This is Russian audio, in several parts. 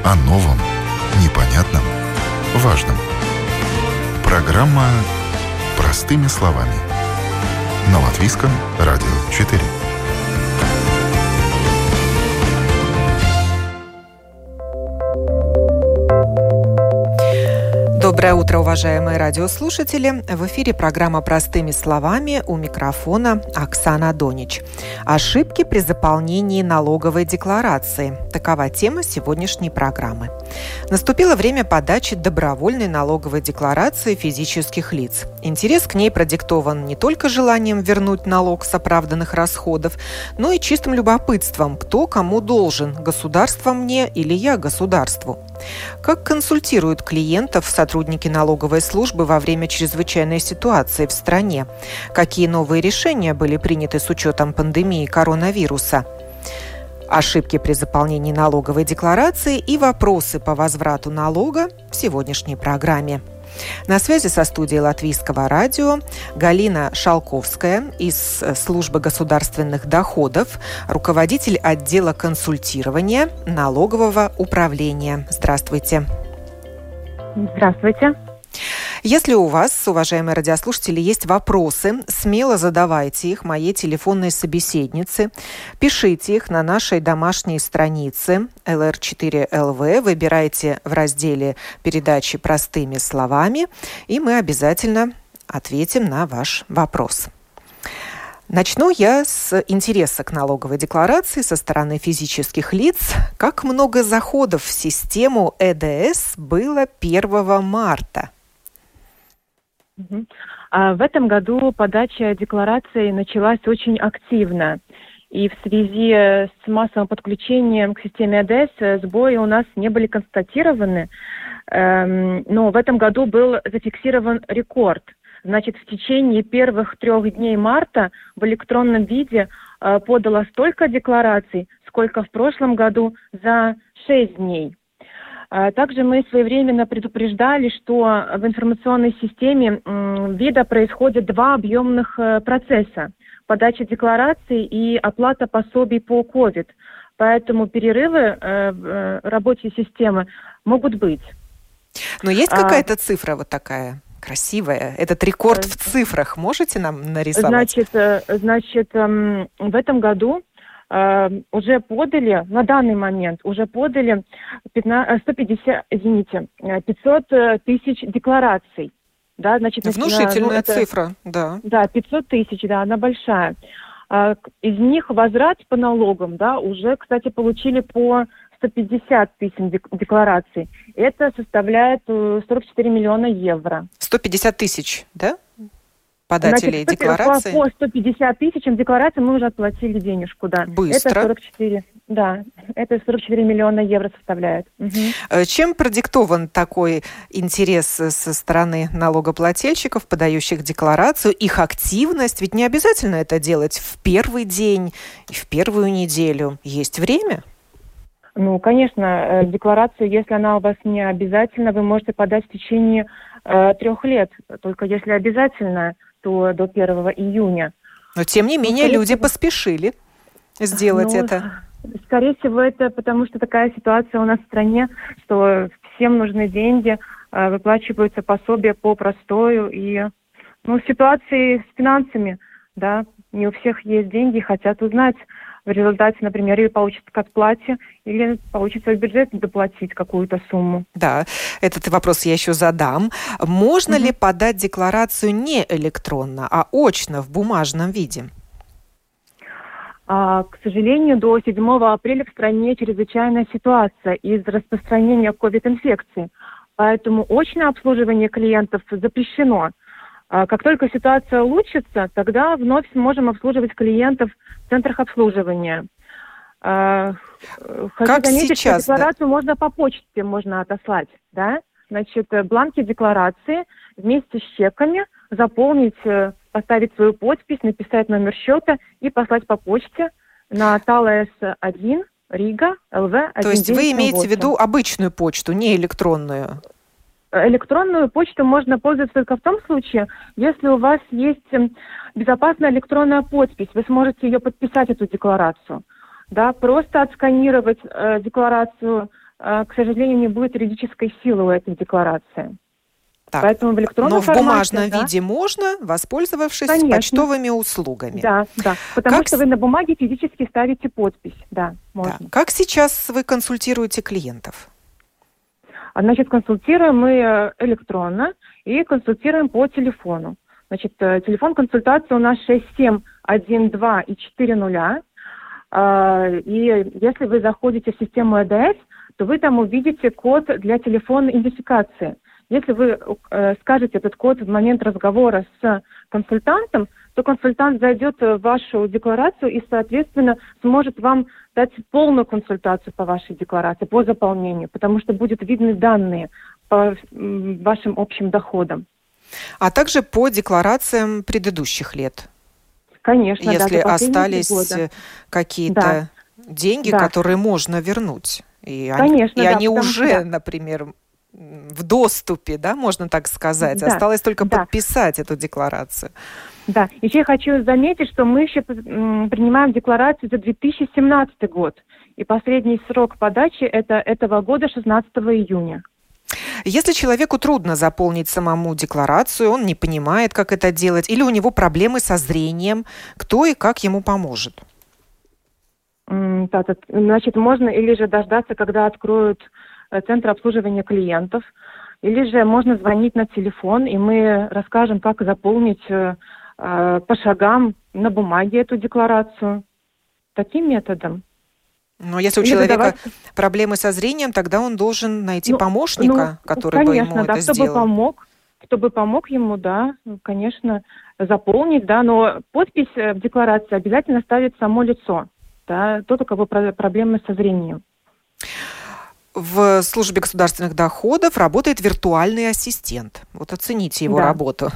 О новом, непонятном, важном. Программа «Простыми словами» на Латвийском радио 4. Доброе утро, уважаемые радиослушатели. В эфире программа «Простыми словами», у микрофона Оксана Донич. Ошибки при заполнении налоговой декларации. Такова тема сегодняшней программы. Наступило время подачи добровольной налоговой декларации физических лиц. Интерес к ней продиктован не только желанием вернуть налог с оправданных расходов, но и чистым любопытством, кто кому должен, государство мне или я государству. Как консультируют клиентов сотрудники налоговой службы во время чрезвычайной ситуации в стране? Какие новые решения были приняты с учетом пандемии коронавируса? Ошибки при заполнении налоговой декларации и вопросы по возврату налога в сегодняшней программе. На связи со студией Латвийского радио Галина Шалковская из Службы государственных доходов, руководитель отдела консультирования налогового управления. Здравствуйте. Здравствуйте. Если у вас, уважаемые радиослушатели, есть вопросы, смело задавайте их моей телефонной собеседнице. Пишите их на нашей домашней странице LR4LV. Выбирайте в разделе передачи «Простыми словами», и мы обязательно ответим на ваш вопрос. Начну я с интереса к налоговой декларации со стороны физических лиц. Как много заходов в систему ЭДС было 1 марта? В этом году подача декларации началась очень активно. И в связи с массовым подключением к системе ЭДС сбои у нас не были констатированы. Но в этом году был зафиксирован рекорд. Значит, в течение первых 3 дней марта в электронном виде подало столько деклараций, сколько в прошлом году за 6 дней. Также мы своевременно предупреждали, что в информационной системе вида происходят 2 объемных процесса – подача деклараций и оплата пособий по COVID. Поэтому перерывы в работе системы могут быть. Но есть какая-то цифра вот такая красивая? Этот рекорд в цифрах можете нам нарисовать? Значит, в этом году уже подали, на данный момент, 500 тысяч деклараций. Да, значит, внушительная цифра, да. Да, 500 тысяч, да, она большая. Из них возврат по налогам, да, уже, кстати, получили по 150 тысяч деклараций. Это составляет 44 миллиона евро. 150 тысяч, да? Подателей декларации? По 150 тысячам деклараций мы уже отплатили денежку, да. Быстро. Это 44, да, это 44 миллиона евро составляет. Угу. Чем продиктован такой интерес со стороны налогоплательщиков, подающих декларацию, их активность? Ведь не обязательно это делать в первый день и в первую неделю. Есть время? Ну, конечно, декларацию, если она у вас не обязательна, вы можете подать в течение 3 лет. Только если обязательно, то до 1 июня. Но, тем не менее, люди поспешили сделать это. Скорее всего, это потому, что такая ситуация у нас в стране, что всем нужны деньги, выплачиваются пособия по простою. И ситуации с финансами, да, не у всех есть деньги, хотят узнать. В результате, например, или получится к отплате, или получится в бюджет доплатить какую-то сумму. Да, этот вопрос я еще задам. Можно ли подать декларацию не электронно, а очно, в бумажном виде? К сожалению, до 7 апреля в стране чрезвычайная ситуация из-за распространения COVID-инфекции. Поэтому очное обслуживание клиентов запрещено. Как только ситуация улучшится, тогда вновь сможем обслуживать клиентов в центрах обслуживания. Хочу заметить, что декларацию можно по почте отослать. Да? Значит, бланки декларации вместе с чеками заполнить, поставить свою подпись, написать номер счета и послать по почте на ТАЛС-1, Рига, ЛВ 1978. То есть вы имеете в виду обычную почту, не электронную? Электронную почту можно пользоваться только в том случае, если у вас есть безопасная электронная подпись. Вы сможете ее подписать, эту декларацию. Да, просто отсканировать декларацию к сожалению, не будет юридической силы у этой декларации. Так. Поэтому в электронном Но в формате, бумажном виде можно, воспользовавшись Конечно. почтовыми услугами. Да. Потому что вы на бумаге физически ставите подпись. Да, можно. Да. Как сейчас вы консультируете клиентов? Значит, консультируем мы электронно и консультируем по телефону. Значит, телефон консультации у нас 6712 и 40. И если вы заходите в систему ЭДС, то вы там увидите код для телефонной идентификации. Если вы скажете этот код в момент разговора с консультантом, то консультант зайдет в вашу декларацию и, соответственно, сможет вам дать полную консультацию по вашей декларации, по заполнению, потому что будут видны данные по вашим общим доходам. А также по декларациям предыдущих лет. Конечно, если да, остались какие-то деньги, которые можно вернуть. И они уже, например, в доступе, да, можно так сказать. Да, осталось только подписать эту декларацию. Да, еще я хочу заметить, что мы еще принимаем декларацию за 2017 год. И последний срок подачи этого года 16 июня. Если человеку трудно заполнить самому декларацию, он не понимает, как это делать, или у него проблемы со зрением, кто и как ему поможет? Значит, можно или же дождаться, когда откроют центр обслуживания клиентов, или же можно звонить на телефон, и мы расскажем, как заполнить по шагам на бумаге эту декларацию. Таким методом. Но если у человека проблемы со зрением, тогда он должен найти помощника, который бы ему это сделал. Чтобы помог ему, да, конечно, заполнить, да, но подпись в декларации обязательно ставит само лицо, да, тот, у кого проблемы со зрением. В службе государственных доходов работает виртуальный ассистент. Вот оцените его работу.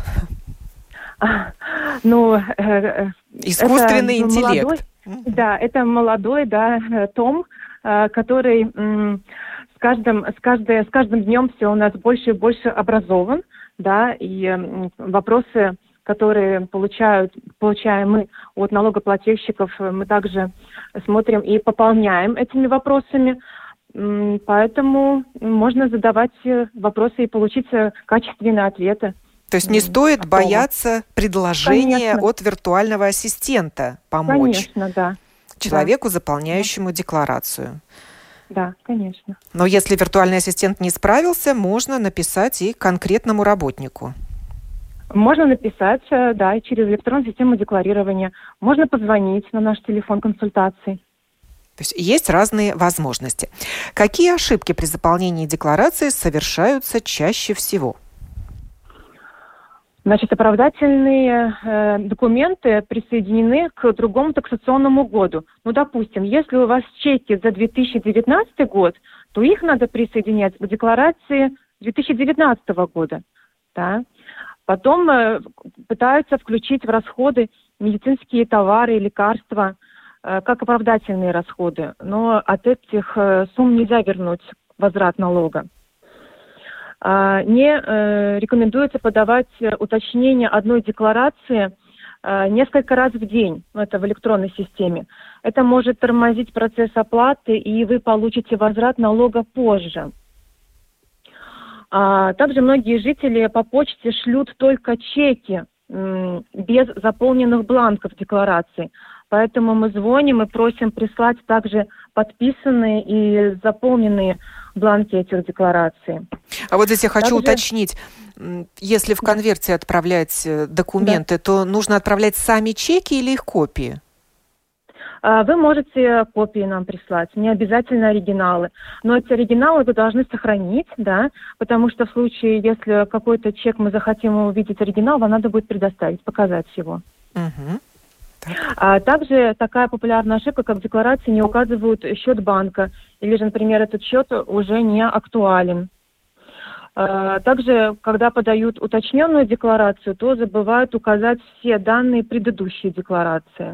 Искусственный интеллект. Да, это молодой, Том, который с каждым днем все у нас больше и больше образован, да, и вопросы, которые получаем мы от налогоплательщиков, мы также смотрим и пополняем этими вопросами, поэтому можно задавать вопросы и получить качественные ответы. То есть не стоит бояться предложения от виртуального ассистента помочь человеку, заполняющему декларацию. Да, конечно. Но если виртуальный ассистент не справился, можно написать и конкретному работнику. Можно написать, да, через электронную систему декларирования. Можно позвонить на наш телефон консультаций. То есть есть разные возможности. Какие ошибки при заполнении декларации совершаются чаще всего? Значит, оправдательные документы присоединены к другому таксационному году. Допустим, если у вас чеки за 2019 год, то их надо присоединять к декларации 2019 года. Да? Потом пытаются включить в расходы медицинские товары и лекарства как оправдательные расходы. Но от этих сумм нельзя вернуть возврат налога. Не рекомендуется подавать уточнение одной декларации несколько раз в день, это в электронной системе. Это может тормозить процесс оплаты, и вы получите возврат налога позже. Также многие жители по почте шлют только чеки без заполненных бланков декларации. Поэтому мы звоним и просим прислать также подписанные и заполненные бланки этих деклараций. А вот здесь я хочу уточнить, если в конверте отправлять документы, то нужно отправлять сами чеки или их копии? Вы можете копии нам прислать, не обязательно оригиналы. Но эти оригиналы вы должны сохранить, да, потому что в случае, если какой-то чек мы захотим увидеть оригинал, вам надо будет предоставить, показать его. Угу. Также такая популярная ошибка, как в декларации не указывают счет банка, или же, например, этот счет уже не актуален. Также, когда подают уточненную декларацию, то забывают указать все данные предыдущей декларации.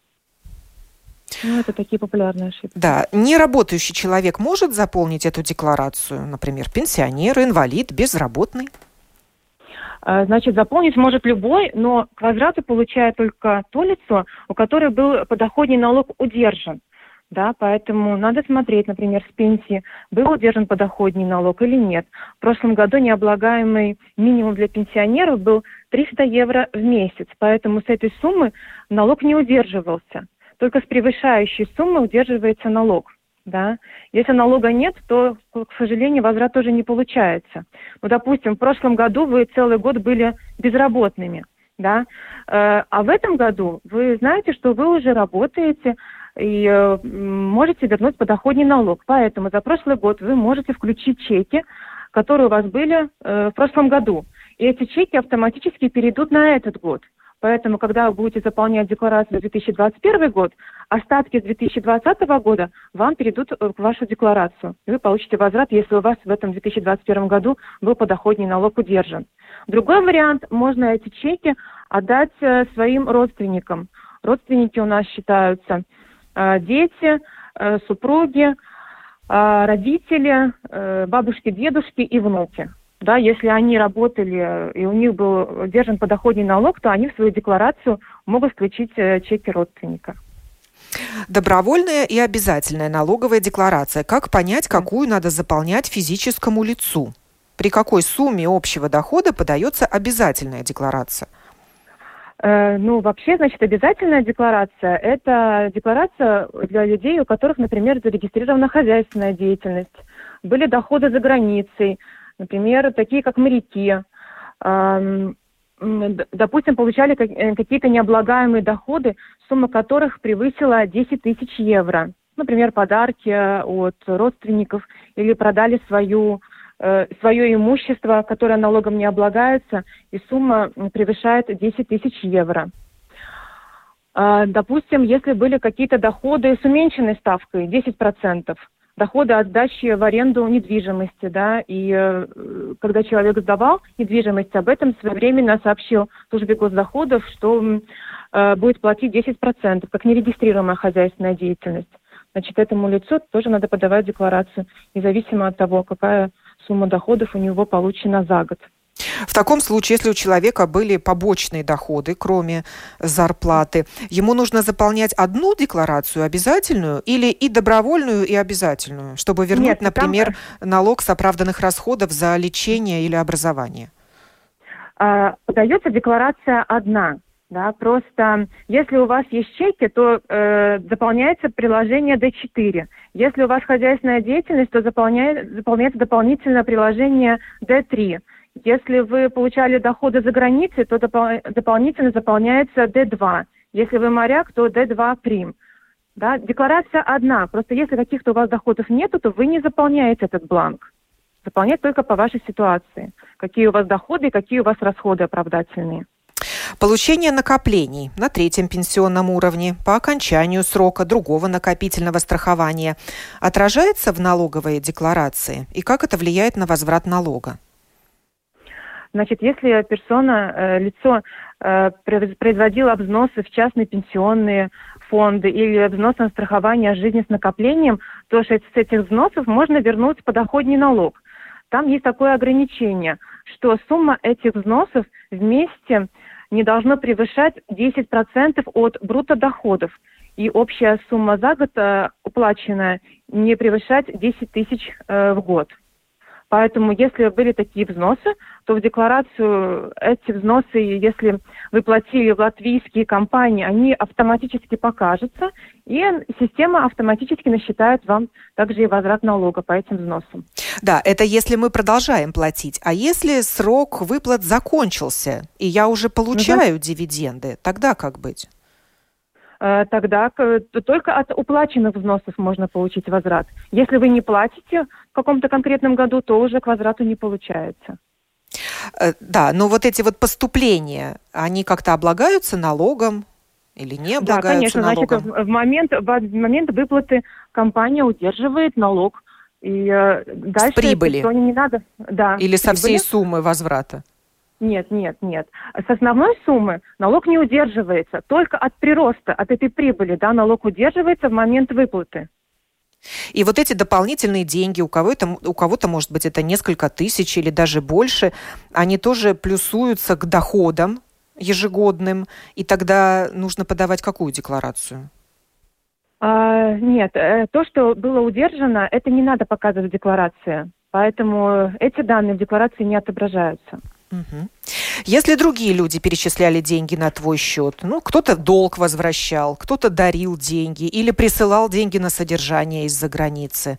Это такие популярные ошибки. Да, неработающий человек может заполнить эту декларацию, например, пенсионер, инвалид, безработный? Значит, заполнить может любой, но к возврату получает только то лицо, у которого был подоходный налог удержан. Да, поэтому надо смотреть, например, с пенсии, был удержан подоходный налог или нет. В прошлом году необлагаемый минимум для пенсионеров был 300 евро в месяц, поэтому с этой суммы налог не удерживался. Только с превышающей суммы удерживается налог. Да? Если налога нет, то, к сожалению, возврат тоже не получается. Ну, допустим, в прошлом году вы целый год были безработными, да? А в этом году вы знаете, что вы уже работаете и можете вернуть подоходный налог. Поэтому за прошлый год вы можете включить чеки, которые у вас были в прошлом году. И эти чеки автоматически перейдут на этот год. Поэтому, когда вы будете заполнять декларацию за 2021 год, остатки с 2020 года вам перейдут в вашу декларацию. И вы получите возврат, если у вас в этом 2021 году был подоходный налог удержан. Другой вариант, можно эти чеки отдать своим родственникам. Родственники у нас считаются дети, супруги, родители, бабушки, дедушки и внуки. Да, если они работали и у них был удержан подоходный налог, то они в свою декларацию могут включить чеки родственника. Добровольная и обязательная налоговая декларация. Как понять, какую надо заполнять физическому лицу? При какой сумме общего дохода подается обязательная декларация? Вообще, обязательная декларация – это декларация для людей, у которых, например, зарегистрирована хозяйственная деятельность, были доходы за границей, например, такие как моряки, допустим, получали какие-то необлагаемые доходы, сумма которых превысила 10 тысяч евро. Например, подарки от родственников или продали свое имущество, которое налогом не облагается, и сумма превышает 10 тысяч евро. Допустим, если были какие-то доходы с уменьшенной ставкой, 10%, доходы от сдачи в аренду недвижимости, да, и когда человек сдавал недвижимость, об этом своевременно сообщил службе госдоходов, что будет платить 10%, как нерегистрируемая хозяйственная деятельность. Значит, этому лицу тоже надо подавать декларацию, независимо от того, какая сумма доходов у него получена за год. В таком случае, если у человека были побочные доходы, кроме зарплаты, ему нужно заполнять одну декларацию обязательную или и добровольную, и обязательную, чтобы вернуть, например, налог с оправданных расходов за лечение или образование? Подается декларация одна. Да, просто если у вас есть чеки, то заполняется приложение D4. Если у вас хозяйственная деятельность, то заполняется дополнительное приложение D3. Если вы получали доходы за границей, то дополнительно заполняется D2. Если вы моряк, то D2 прим. Да? Декларация одна. Просто если каких-то у вас доходов нету, то вы не заполняете этот бланк. Заполнять только по вашей ситуации. Какие у вас доходы и какие у вас расходы оправдательные. Получение накоплений на третьем пенсионном уровне по окончанию срока другого накопительного страхования отражается в налоговой декларации? И как это влияет на возврат налога? Значит, если лицо производило взносы в частные пенсионные фонды или взносы на страхование жизни с накоплением, то с этих взносов можно вернуть подоходный налог. Там есть такое ограничение, что сумма этих взносов вместе не должно превышать 10% от брутто-доходов. И общая сумма за год уплаченная не превышать 10 тысяч в год. Поэтому, если были такие взносы, то в декларацию эти взносы, если вы платили в латвийские компании, они автоматически покажутся, и система автоматически насчитает вам также и возврат налога по этим взносам. Да, это если мы продолжаем платить. А если срок выплат закончился, и я уже получаю дивиденды, тогда как быть? Тогда только от уплаченных взносов можно получить возврат. Если вы не платите в каком-то конкретном году, то уже к возврату не получается. Да, но вот эти вот поступления, они как-то облагаются налогом или не облагаются налогом? Да, конечно. Значит, в момент выплаты компания удерживает налог. И дальше с прибыли? Не надо. Да, или со всей суммы возврата? Нет. С основной суммы налог не удерживается. Только от прироста, от этой прибыли, да, налог удерживается в момент выплаты. И вот эти дополнительные деньги, у кого-то, может быть, это несколько тысяч или даже больше, они тоже плюсуются к доходам ежегодным, и тогда нужно подавать какую декларацию? Нет, то, что было удержано, это не надо показывать в декларации. Поэтому эти данные в декларации не отображаются. Угу. Если другие люди перечисляли деньги на твой счет, кто-то долг возвращал, кто-то дарил деньги или присылал деньги на содержание из-за границы.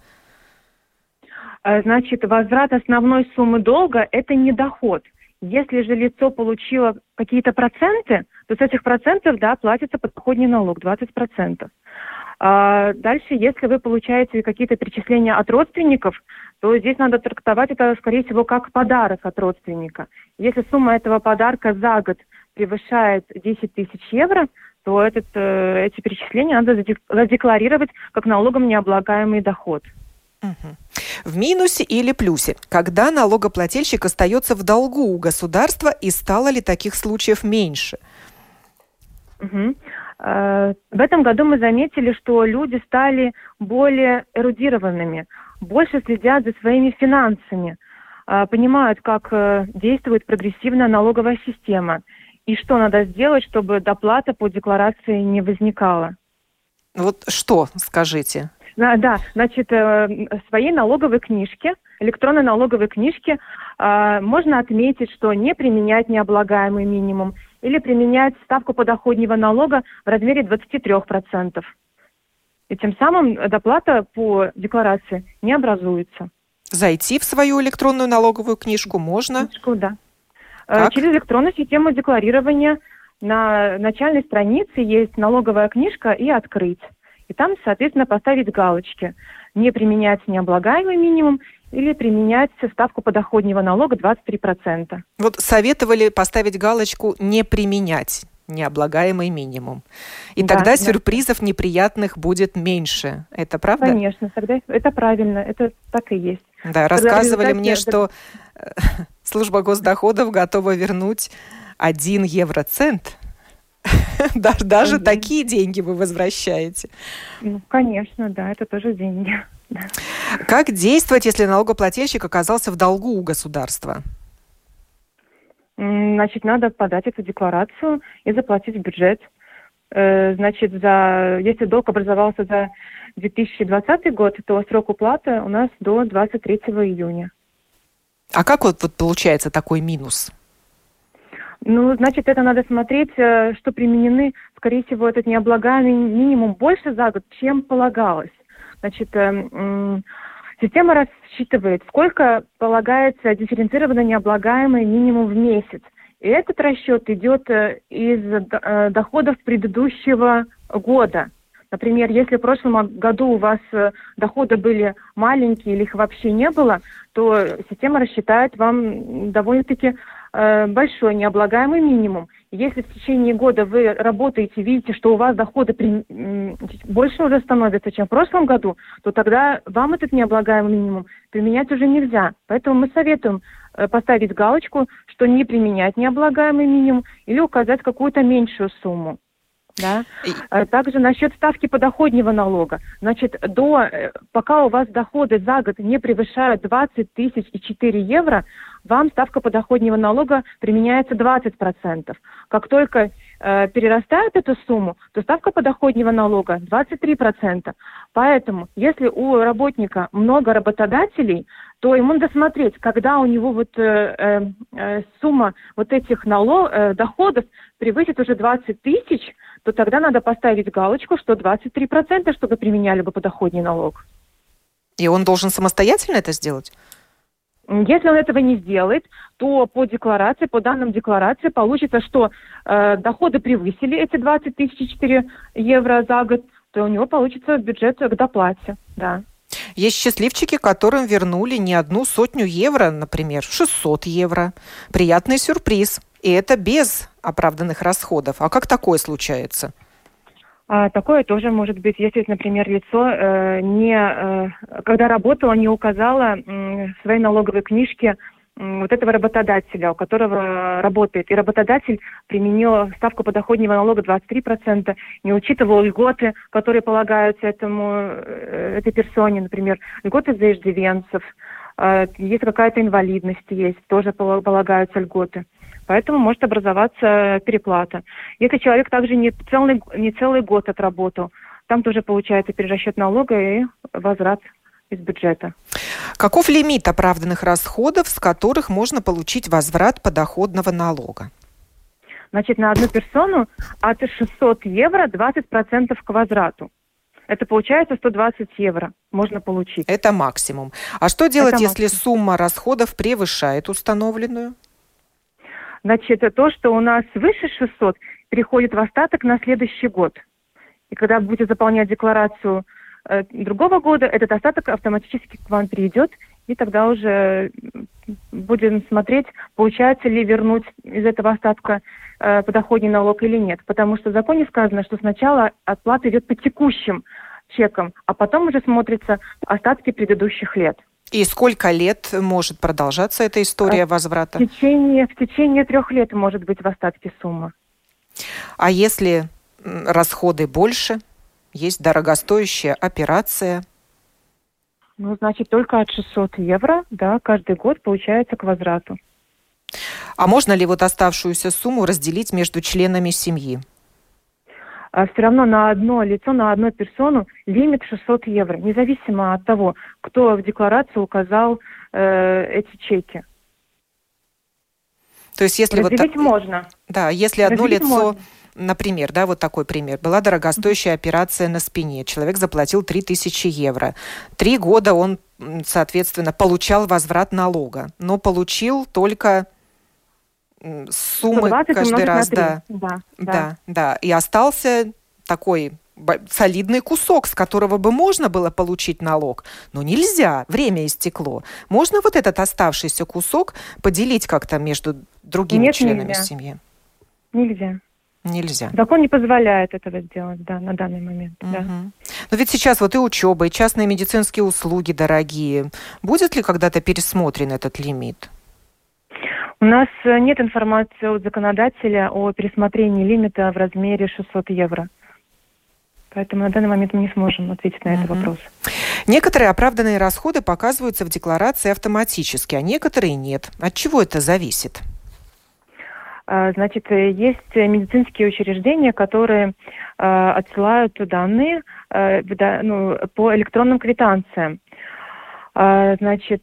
Значит, возврат основной суммы долга – это не доход. Если же лицо получило какие-то проценты, то с этих процентов, платится подоходный налог 20%. Дальше, если вы получаете какие-то перечисления от родственников, то здесь надо трактовать это, скорее всего, как подарок от родственника. Если сумма этого подарка за год превышает 10 тысяч евро, то эти перечисления надо задекларировать как налогом необлагаемый доход. Угу. В минусе или плюсе? Когда налогоплательщик остается в долгу у государства, и стало ли таких случаев меньше? Угу. В этом году мы заметили, что люди стали более эрудированными, больше следят за своими финансами, понимают, как действует прогрессивная налоговая система и что надо сделать, чтобы доплата по декларации не возникала. Вот что, скажите? Да, значит, в своей налоговой книжке, электронной налоговой книжке можно отметить, что не применять необлагаемый минимум или применять ставку подоходного налога в размере 23%. И тем самым доплата по декларации не образуется. Зайти в свою электронную налоговую книжку можно? Да. Как? Через электронную систему декларирования на начальной странице есть налоговая книжка и «Открыть». И там, соответственно, поставить галочки. Не применять необлагаемый минимум или применять ставку подоходного налога 23%. Вот советовали поставить галочку «Не применять необлагаемый минимум». И тогда сюрпризов неприятных будет меньше. Это правда? Конечно, тогда это правильно. Это так и есть. Да, рассказывали мне, что служба госдоходов готова вернуть 1 евроцент. Даже такие деньги вы возвращаете. Конечно, да, это тоже деньги. Как действовать, если налогоплательщик оказался в долгу у государства? Значит, надо подать эту декларацию и заплатить в бюджет. Значит, если долг образовался за 2020 год, то срок уплаты у нас до 23 июня. А как вот получается такой минус? Значит, это надо смотреть, что применены, скорее всего, этот необлагаемый минимум больше за год, чем полагалось. Значит, система рассчитывает, сколько полагается дифференцированно необлагаемый минимум в месяц. И этот расчет идет из доходов предыдущего года. Например, если в прошлом году у вас доходы были маленькие или их вообще не было, то система рассчитает вам довольно-таки большой необлагаемый минимум. Если в течение года вы работаете, видите, что у вас доходы больше уже становятся, чем в прошлом году, то тогда вам этот необлагаемый минимум применять уже нельзя. Поэтому мы советуем поставить галочку, что не применять необлагаемый минимум или указать какую-то меньшую сумму. Да? Также насчет ставки подоходного налога. Значит, пока у вас доходы за год не превышают 20 тысяч и 4 евро, вам ставка подоходного налога применяется 20%. Как только перерастает эту сумму, то ставка подоходного налога 23%. Поэтому, если у работника много работодателей, то ему надо смотреть, когда у него сумма этих доходов превысит уже 20 тысяч, то тогда надо поставить галочку, что 23%, чтобы применяли бы подоходный налог. И он должен самостоятельно это сделать? Если он этого не сделает, то по данным декларации получится, что доходы превысили эти 20 тысяч 4 евро за год, то у него получится бюджет к доплате, да. Есть счастливчики, которым вернули не 100 евро, например, 600 евро. Приятный сюрприз. И это без оправданных расходов. А как такое случается? Такое тоже может быть, если, например, лицо когда работало, не указало в своей налоговой книжке этого работодателя, у которого работает. И работодатель применил ставку подоходного налога 23%, не учитывал льготы, которые полагаются этой персоне, например, льготы за иждивенцев, если какая-то инвалидность есть, тоже полагаются льготы. Поэтому может образоваться переплата. Если человек также не целый год отработал, там тоже получается перерасчет налога и возврат из бюджета. Каков лимит оправданных расходов, с которых можно получить возврат подоходного налога? Значит, на одну персону от 600 евро 20% к возврату. Это получается 120 евро можно получить. Это максимум. А что делать, если сумма расходов превышает установленную? Значит, то, что у нас выше 600, переходит в остаток на следующий год. И когда будете заполнять декларацию другого года, этот остаток автоматически к вам перейдет, и тогда уже будем смотреть, получается ли вернуть из этого остатка подоходный налог или нет. Потому что в законе сказано, что сначала оплата идет по текущим чекам, а потом уже смотрятся остатки предыдущих лет. И сколько лет может продолжаться эта история возврата? В течение 3 лет может быть в остатке сумма. А если расходы больше, есть дорогостоящая операция? Значит, только от 600 евро, да, каждый год получается к возврату. А можно ли оставшуюся сумму разделить между членами семьи? Все равно на одно лицо, на одну персону лимит 600 евро, независимо от того, кто в декларации указал эти чеки. То есть, если разделить можно. Да, если одно лицо, можно. Например, да, вот такой пример, была дорогостоящая операция на спине, человек заплатил 3000 евро. 3 года он, соответственно, получал возврат налога, но получил только суммы каждый раз. Да. И остался такой солидный кусок, с которого бы можно было получить налог, но нельзя, время истекло. Можно этот оставшийся кусок поделить как-то между другими членами семьи? Нельзя. Закон не позволяет этого сделать, да, на данный момент. Угу. Да. Но ведь сейчас и учеба, и частные медицинские услуги дорогие. Будет ли когда-то пересмотрен этот лимит? У нас нет информации от законодателя о пересмотрении лимита в размере 600 евро. Поэтому на данный момент мы не сможем ответить на этот вопрос. Некоторые оправданные расходы показываются в декларации автоматически, а некоторые нет. От чего это зависит? Значит, есть медицинские учреждения, которые отсылают данные по электронным квитанциям. Значит,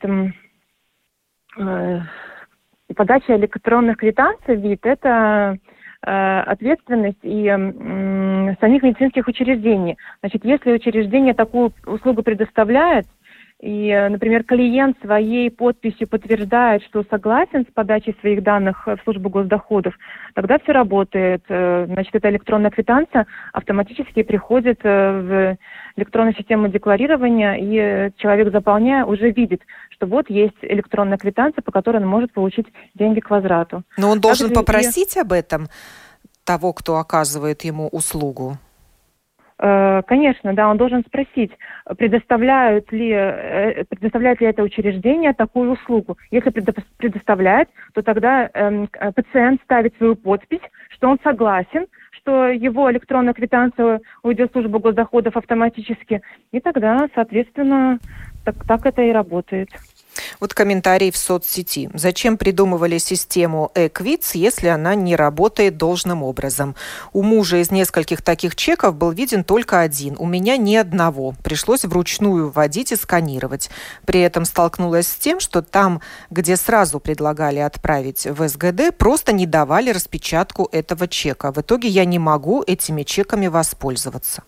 подача электронных квитанций в ВИД – это ответственность и самих медицинских учреждений. Значит, если учреждение такую услугу предоставляет, и, например, клиент своей подписью подтверждает, что согласен с подачей своих данных в службу госдоходов, тогда все работает. Значит, эта электронная квитанция автоматически приходит в электронную систему декларирования, и человек, заполняя, уже видит, что есть электронная квитанция, по которой он может получить деньги к возврату. Но он должен попросить об этом того, кто оказывает ему услугу? Конечно, да, он должен спросить, предоставляет ли это учреждение такую услугу. Если предоставляет, то тогда пациент ставит свою подпись, что он согласен, что его электронная квитанция уйдет в службу госдоходов автоматически, и тогда, соответственно, так это и работает. Комментарий в соцсети. Зачем придумывали систему Эквитс, если она не работает должным образом? У мужа из нескольких таких чеков был виден только один. У меня ни одного. Пришлось вручную вводить и сканировать. При этом столкнулась с тем, что там, где сразу предлагали отправить в СГД, просто не давали распечатку этого чека. В итоге я не могу этими чеками воспользоваться.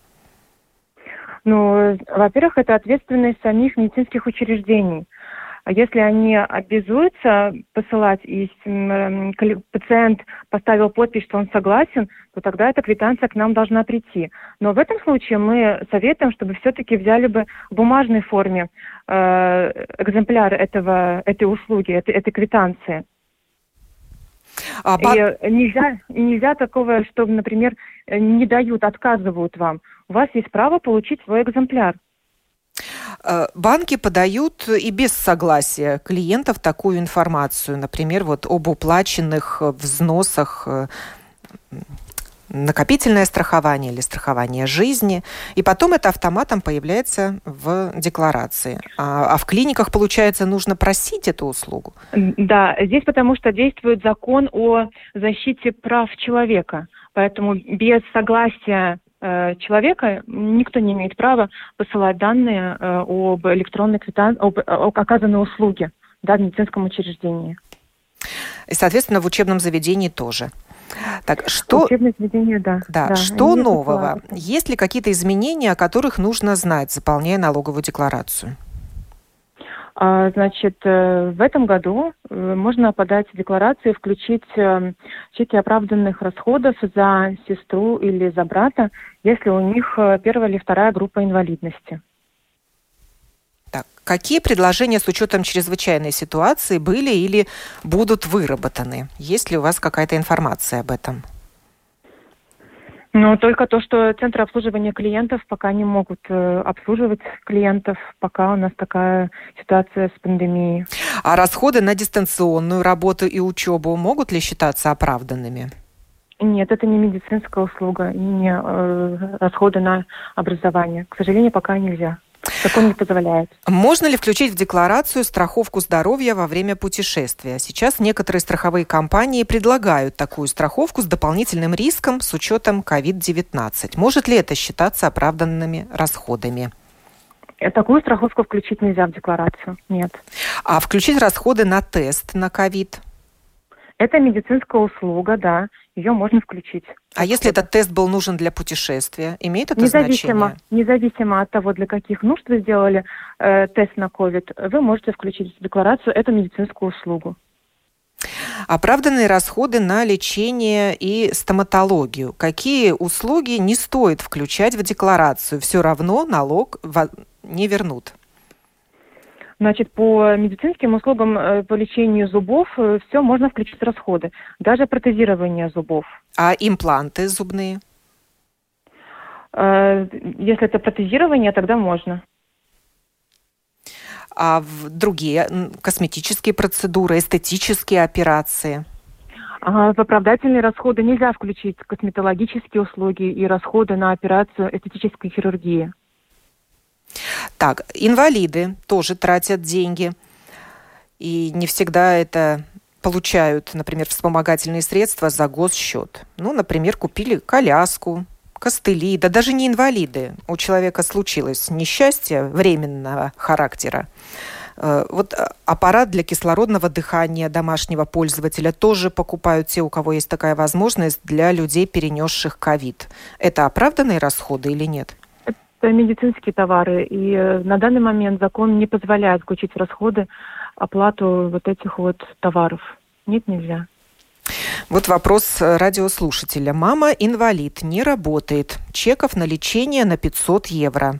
Во-первых, это ответственность самих медицинских учреждений. Если они обязуются посылать, и пациент поставил подпись, что он согласен, то тогда эта квитанция к нам должна прийти. Но в этом случае мы советуем, чтобы все-таки взяли бы в бумажной форме экземпляр этой услуги, этой квитанции. И нельзя такого, что, например, не дают, отказывают вам. У вас есть право получить свой экземпляр. Банки подают и без согласия клиентов такую информацию, например, об уплаченных взносах, накопительное страхование или страхование жизни, и потом это автоматом появляется в декларации. А в клиниках, получается, нужно просить эту услугу? Да, здесь потому что действует закон о защите прав человека, поэтому без согласия человека, никто не имеет права посылать данные об электронной квитанции, об оказанной услуге, в медицинском учреждении. И, соответственно, в учебном заведении тоже. Так, что... Учебное заведение, да. Что нового? Есть ли какие-то изменения, о которых нужно знать, заполняя налоговую декларацию? Значит, в этом году можно подать декларацию и включить чеки оправданных расходов за сестру или за брата, если у них первая или вторая группа инвалидности. Так, какие предложения с учетом чрезвычайной ситуации были или будут выработаны? Есть ли у вас какая-то информация об этом? Только то, что центры обслуживания клиентов пока не могут обслуживать клиентов, пока у нас такая ситуация с пандемией. А расходы на дистанционную работу и учебу могут ли считаться оправданными? Нет, это не медицинская услуга и не расходы на образование. К сожалению, пока нельзя. Закон не позволяет. Можно ли включить в декларацию страховку здоровья во время путешествия? Сейчас некоторые страховые компании предлагают такую страховку с дополнительным риском с учетом COVID-19. Может ли это считаться оправданными расходами? Такую страховку включить нельзя в декларацию. Нет. А включить расходы на тест на COVID? Это медицинская услуга, да. Ее можно включить. А если этот тест был нужен для путешествия, имеет это значение? Независимо от того, для каких нужд вы сделали тест на COVID, вы можете включить в декларацию эту медицинскую услугу. Оправданные расходы на лечение и стоматологию. Какие услуги не стоит включать в декларацию? Все равно налог не вернут. Значит, по медицинским услугам по лечению зубов все можно включить в расходы. Даже протезирование зубов. А импланты зубные? Если это протезирование, тогда можно. А другие косметические процедуры, эстетические операции? В оправдательные расходы нельзя включить косметологические услуги и расходы на операцию эстетической хирургии. Так, инвалиды тоже тратят деньги. И не всегда это получают, например, вспомогательные средства за госсчет. Например, купили коляску, костыли, да даже не инвалиды. У человека случилось несчастье временного характера. Вот аппарат для кислородного дыхания домашнего пользователя тоже покупают те, у кого есть такая возможность, для людей, перенесших ковид. Это оправданные расходы или нет? Это медицинские товары, и на данный момент закон не позволяет включить в расходы оплату вот этих вот товаров. Нет, нельзя. Вот вопрос радиослушателя. Мама инвалид, не работает. Чеков на лечение на 500 евро.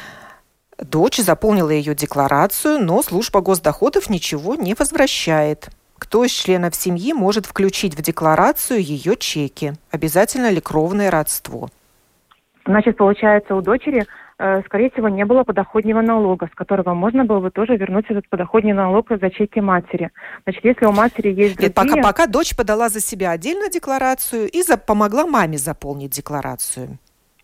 Дочь заполнила ее декларацию, но служба госдоходов ничего не возвращает. Кто из членов семьи может включить в декларацию ее чеки? Обязательно ли кровное родство? Значит, получается, у дочери, скорее всего, не было подоходного налога, с которого можно было бы тоже вернуть этот подоходный налог за чеки матери. Значит, если у матери есть другие... Нет, пока дочь подала за себя отдельно декларацию и помогла маме заполнить декларацию.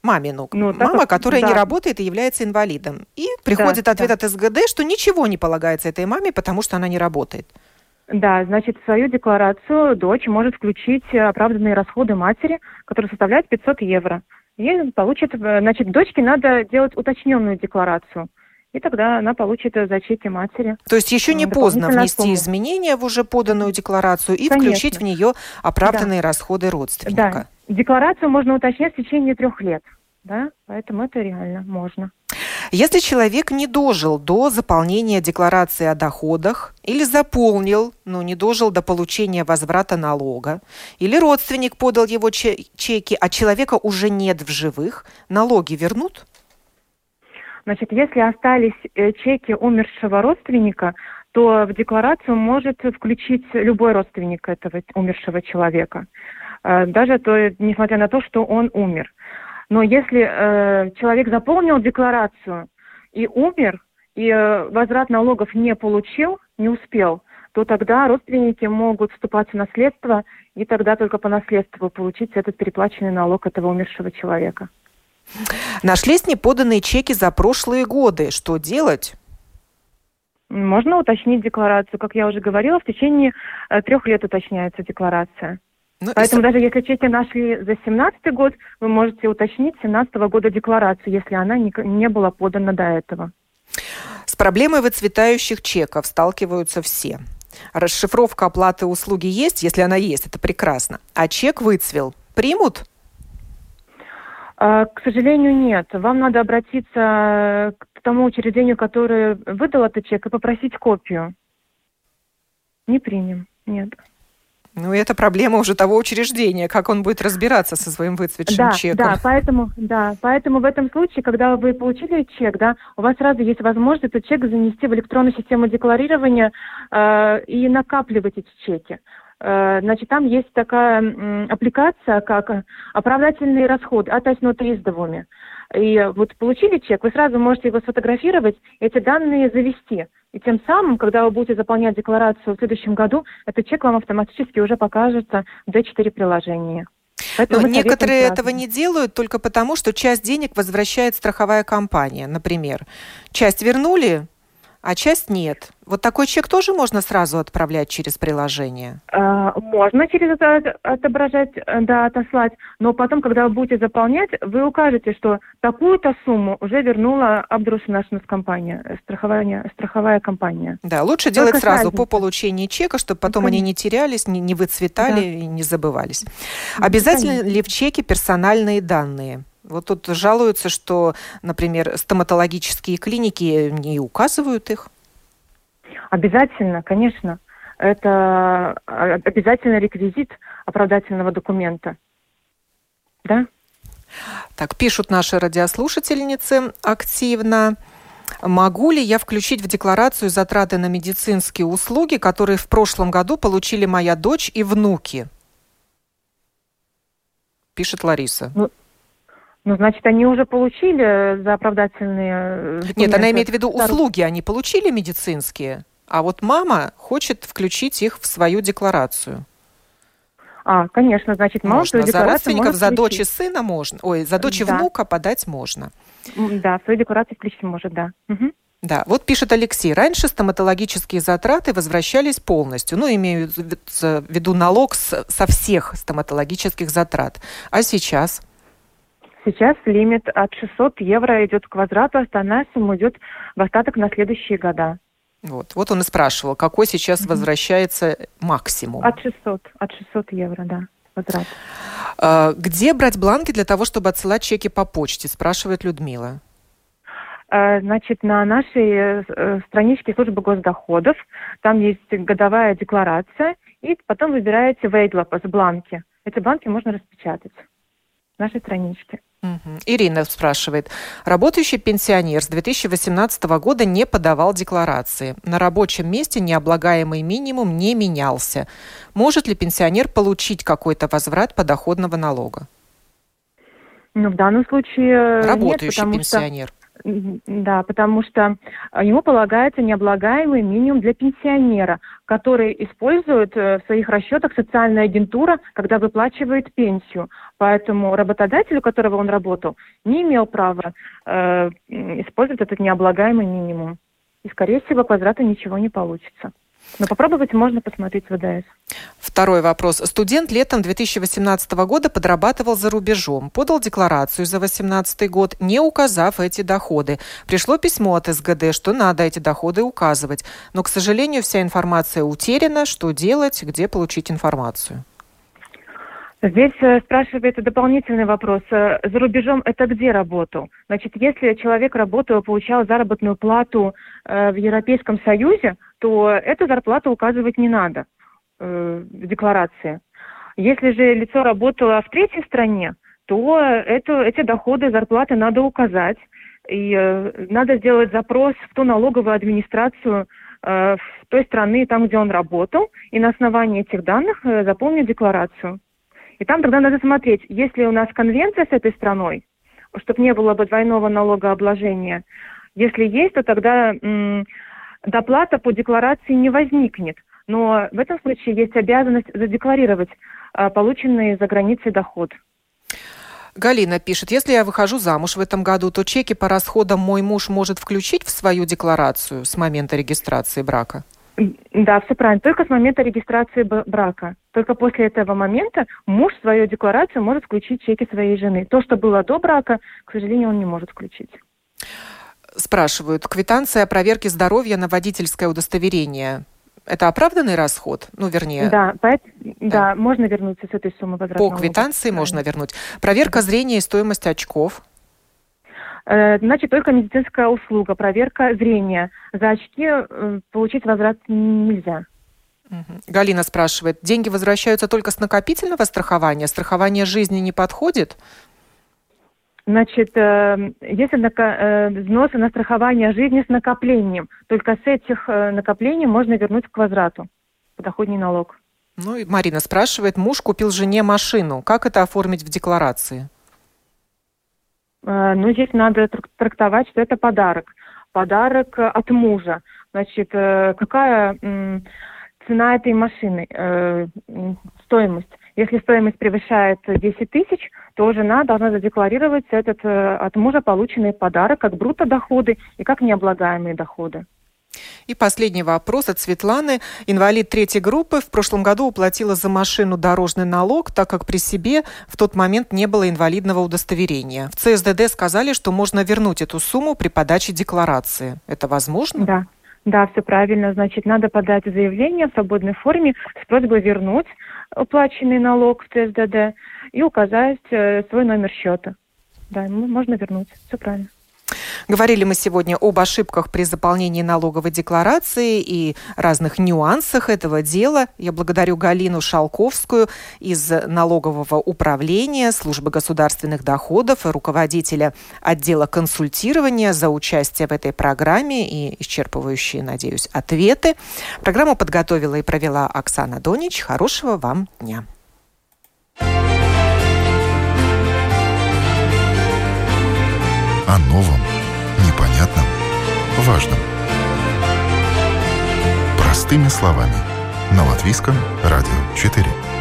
Мама, которая не работает и является инвалидом. И приходит ответ от СГД, что ничего не полагается этой маме, потому что она не работает. Да, значит, в свою декларацию дочь может включить оправданные расходы матери, которые составляют 500 евро. И получит, значит, дочке надо делать уточненную декларацию. И тогда она получит за чеки матери. То есть еще не поздно внести изменения в уже поданную декларацию и включить в нее оправданные расходы родственника. Да. Декларацию можно уточнять в течение 3 лет. Да? Поэтому это реально можно. Если человек не дожил до заполнения декларации о доходах или заполнил, но не дожил до получения возврата налога, или родственник подал его чеки, а человека уже нет в живых, налоги вернут? Значит, если остались чеки умершего родственника, то в декларацию может включить любой родственник этого умершего человека. Даже несмотря на то, что он умер. Но если человек заполнил декларацию и умер, и возврат налогов не получил, не успел, то тогда родственники могут вступать в наследство, и тогда только по наследству получить этот переплаченный налог этого умершего человека. Нашлись неподанные чеки за прошлые годы. Что делать? Можно уточнить декларацию. Как я уже говорила, в течение 3 лет уточняется декларация. Поэтому даже если чеки нашли за 2017 год, вы можете уточнить 2017 года декларацию, если она не была подана до этого. С проблемой выцветающих чеков сталкиваются все. Расшифровка оплаты услуги есть, если она есть, это прекрасно. А чек выцвел. Примут? К сожалению, нет. Вам надо обратиться к тому учреждению, которое выдало этот чек, и попросить копию. Не примем, нет. Это проблема уже того учреждения, как он будет разбираться со своим выцветшим чеком. Поэтому в этом случае, когда вы получили чек, у вас сразу есть возможность этот чек занести в электронную систему декларирования и накапливать эти чеки. Значит, там есть такая аппликация, как оправдательные расходы, attachnote издавами. И вот получили чек, вы сразу можете его сфотографировать, эти данные завести. И тем самым, когда вы будете заполнять декларацию в следующем году, этот чек вам автоматически уже покажется в D4 приложении. Но некоторые этого не делают только потому, что часть денег возвращает страховая компания, например. Часть вернули, а часть нет. Вот такой чек тоже можно сразу отправлять через приложение? Можно через это отображать, отослать. Но потом, когда вы будете заполнять, вы укажете, что такую-то сумму уже вернула Абдрус Иншуранс компания, страховая компания. Да, лучше делать сразу по получении чека, чтобы потом они не терялись, не выцветали и не забывались. Обязательно ли в чеке персональные данные? Вот тут жалуются, что, например, стоматологические клиники не указывают их. Обязательно, конечно. Это обязательный реквизит оправдательного документа. Да? Так, пишут наши радиослушательницы активно. Могу ли я включить в декларацию затраты на медицинские услуги, которые в прошлом году получили моя дочь и внуки? Пишет Лариса. Значит, они уже получили за оправдательные документы. Нет, она имеет в виду услуги, они получили медицинские, а вот мама хочет включить их в свою декларацию. Конечно, значит, мама свою декларацию за родственников, может за дочь и сына можно, за дочь и внука подать можно. Да, свою декларацию включить может, да. Угу. Да, вот пишет Алексей. Раньше стоматологические затраты возвращались полностью. Имею в виду налог со всех стоматологических затрат. А сейчас? Сейчас лимит от 600 евро идет к возврату, остальная сумма идет в остаток на следующие года. Вот он и спрашивал, какой сейчас возвращается максимум? От 600 евро, да, возврат. Где брать бланки для того, чтобы отсылать чеки по почте, спрашивает Людмила. Значит, на нашей страничке службы госдоходов, там есть годовая декларация, и потом выбираете вейдлапас, бланки. Эти бланки можно распечатать на нашей страничке. Ирина спрашивает. Работающий пенсионер с 2018 года не подавал декларации. На рабочем месте необлагаемый минимум не менялся. Может ли пенсионер получить какой-то возврат подоходного налога? В данном случае работающий нет, пенсионер. Да, потому что ему полагается необлагаемый минимум для пенсионера, который использует в своих расчетах социальная агентура, когда выплачивает пенсию. Поэтому работодатель, у которого он работал, не имел права использовать этот необлагаемый минимум. И, скорее всего, по возврату ничего не получится. Но попробовать можно посмотреть в ВДС. Второй вопрос. Студент летом 2018 года подрабатывал за рубежом. Подал декларацию за 2018 год, не указав эти доходы. Пришло письмо от СГД, что надо эти доходы указывать. Но, к сожалению, вся информация утеряна. Что делать? Где получить информацию? Здесь спрашивается дополнительный вопрос. За рубежом это где работал? Значит, если человек работал, получал заработную плату в Европейском Союзе, то эту зарплату указывать не надо в декларации. Если же лицо работало в третьей стране, то эти доходы, зарплаты надо указать. И надо сделать запрос в ту налоговую администрацию в той страны, там, где он работал, и на основании этих данных заполнить декларацию. И там тогда надо смотреть, есть ли у нас конвенция с этой страной, чтобы не было бы двойного налогообложения. Если есть, то тогда доплата по декларации не возникнет. Но в этом случае есть обязанность задекларировать полученный за границей доход. Галина пишет, если я выхожу замуж в этом году, то чеки по расходам мой муж может включить в свою декларацию с момента регистрации брака? Да, все правильно. Только с момента регистрации брака. Только после этого момента муж свою декларацию может включить в чеки своей жены. То, что было до брака, к сожалению, он не может включить. Спрашивают, квитанция о проверке здоровья на водительское удостоверение – это оправданный расход? Да, можно вернуться с этой суммы возврата. По квитанции можно вернуть. Проверка зрения и стоимость очков? Значит, только медицинская услуга, проверка зрения. За очки получить возврат нельзя. Галина спрашивает, деньги возвращаются только с накопительного страхования? Страхование жизни не подходит? Значит, если взносы на страхование жизни с накоплением, только с этих накоплений можно вернуть к возврату подоходный налог. Ну и Марина спрашивает, муж купил жене машину. Как это оформить в декларации? Здесь надо трактовать, что это подарок. Подарок от мужа. Значит, какая цена этой машины? Стоимость. Если стоимость превышает 10 тысяч, то жена должна задекларировать этот от мужа полученный подарок как брутто-доходы и как необлагаемые доходы. И последний вопрос от Светланы. Инвалид третьей группы в прошлом году уплатила за машину дорожный налог, так как при себе в тот момент не было инвалидного удостоверения. В ЦСДД сказали, что можно вернуть эту сумму при подаче декларации. Это возможно? Да, все правильно. Значит, надо подать заявление в свободной форме с просьбой вернуть уплаченный налог в ЦСДД и указать свой номер счета. Да, можно вернуть. Все правильно. Говорили мы сегодня об ошибках при заполнении налоговой декларации и разных нюансах этого дела. Я благодарю Галину Шалковскую из налогового управления Службы государственных доходов и руководителя отдела консультирования за участие в этой программе и исчерпывающие, надеюсь, ответы. Программу подготовила и провела Оксана Донич. Хорошего вам дня. О новом, непонятном, важном. Простыми словами. На Латвийском радио 4.